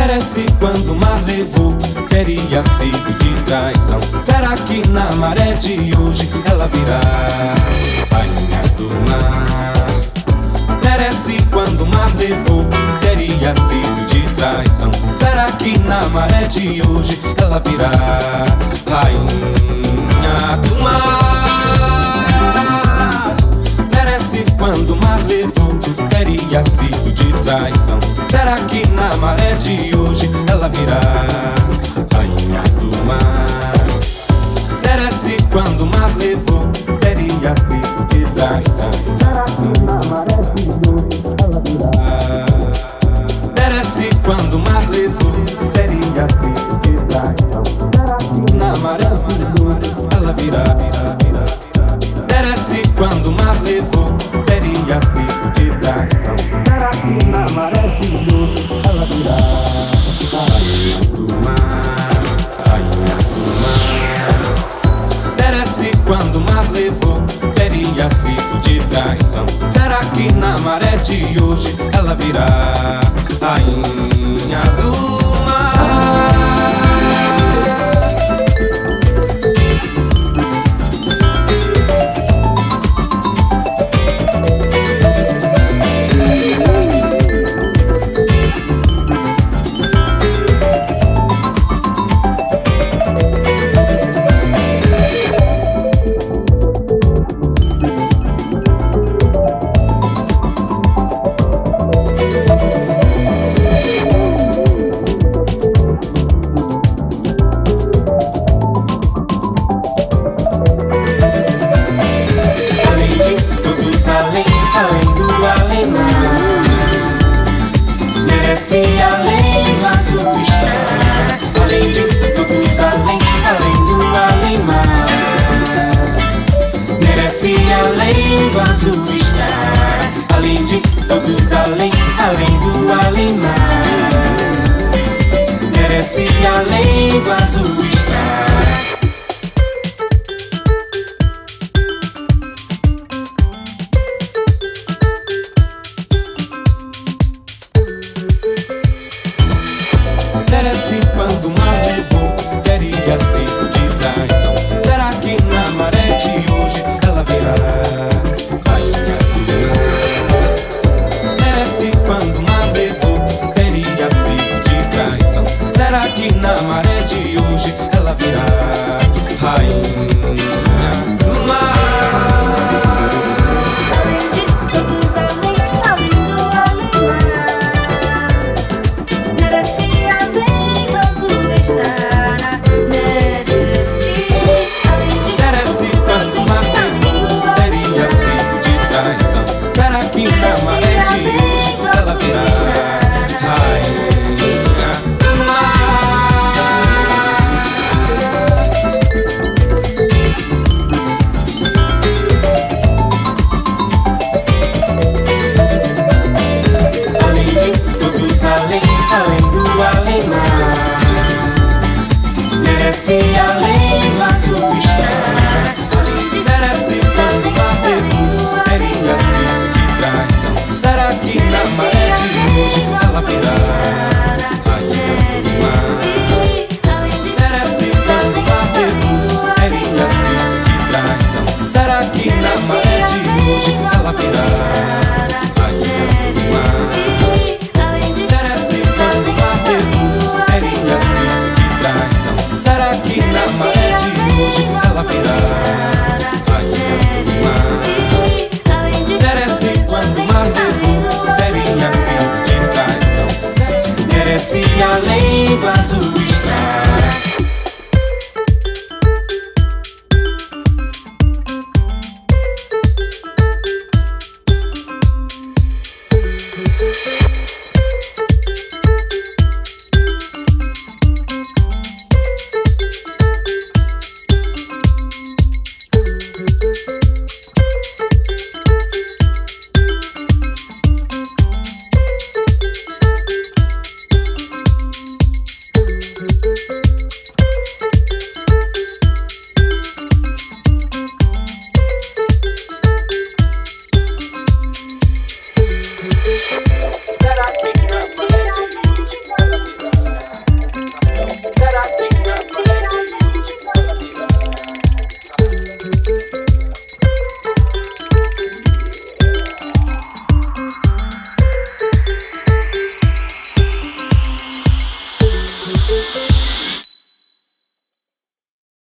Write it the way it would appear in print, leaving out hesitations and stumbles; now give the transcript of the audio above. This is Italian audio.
Merece quando o mar levou, teria sido de traição. Será que na maré de hoje ela virá rainha do mar? Merece quando o mar levou, teria sido de traição. Será que na maré de hoje ela virá rainha do mar? Merece quando o mar levou, teria sido de traição. Será que na maré de hoje ela virá rainha do mar? Merece quando o mar levou, teria sido de traição. Será que na maré de hoje ela virá? Merece quando o mar levou, teria sido de traição. Será que na maré de hoje ela virá? Merece quando o mar levou, teria sido de traição. Será que na maré de hoje ela virá rainha do mar? Rainha do mar. Merece quando o mar levou, teria sido de traição. Será que na maré de hoje ela virá rainha do mar? Além do além-mar, merece além do azul estar. Além de todos além do além-mar, merece além do azul estar. Além de todos além do além-mar, merece além do azul estar. Merece quando o mar levou, teria sido de traição. Será que na maré de hoje ela virá rainha do mar? Merece quando o mar levou, teria sido de traição. Será que na maré de hoje ela virá rainha do mar? Além do além-mar, merece além do azul estar. Merece quando o mar levou, teria sido de traição. Será que na maré de hoje ela virá rainha do mar? Merece quando o mar levou, teria sido de traição. Será que na maré de hoje ela virá rainha do mar? Será que na maré de hoje ela virá rainha do mar? Merece quando o mar levou, teria sido de traição. Merece além do azul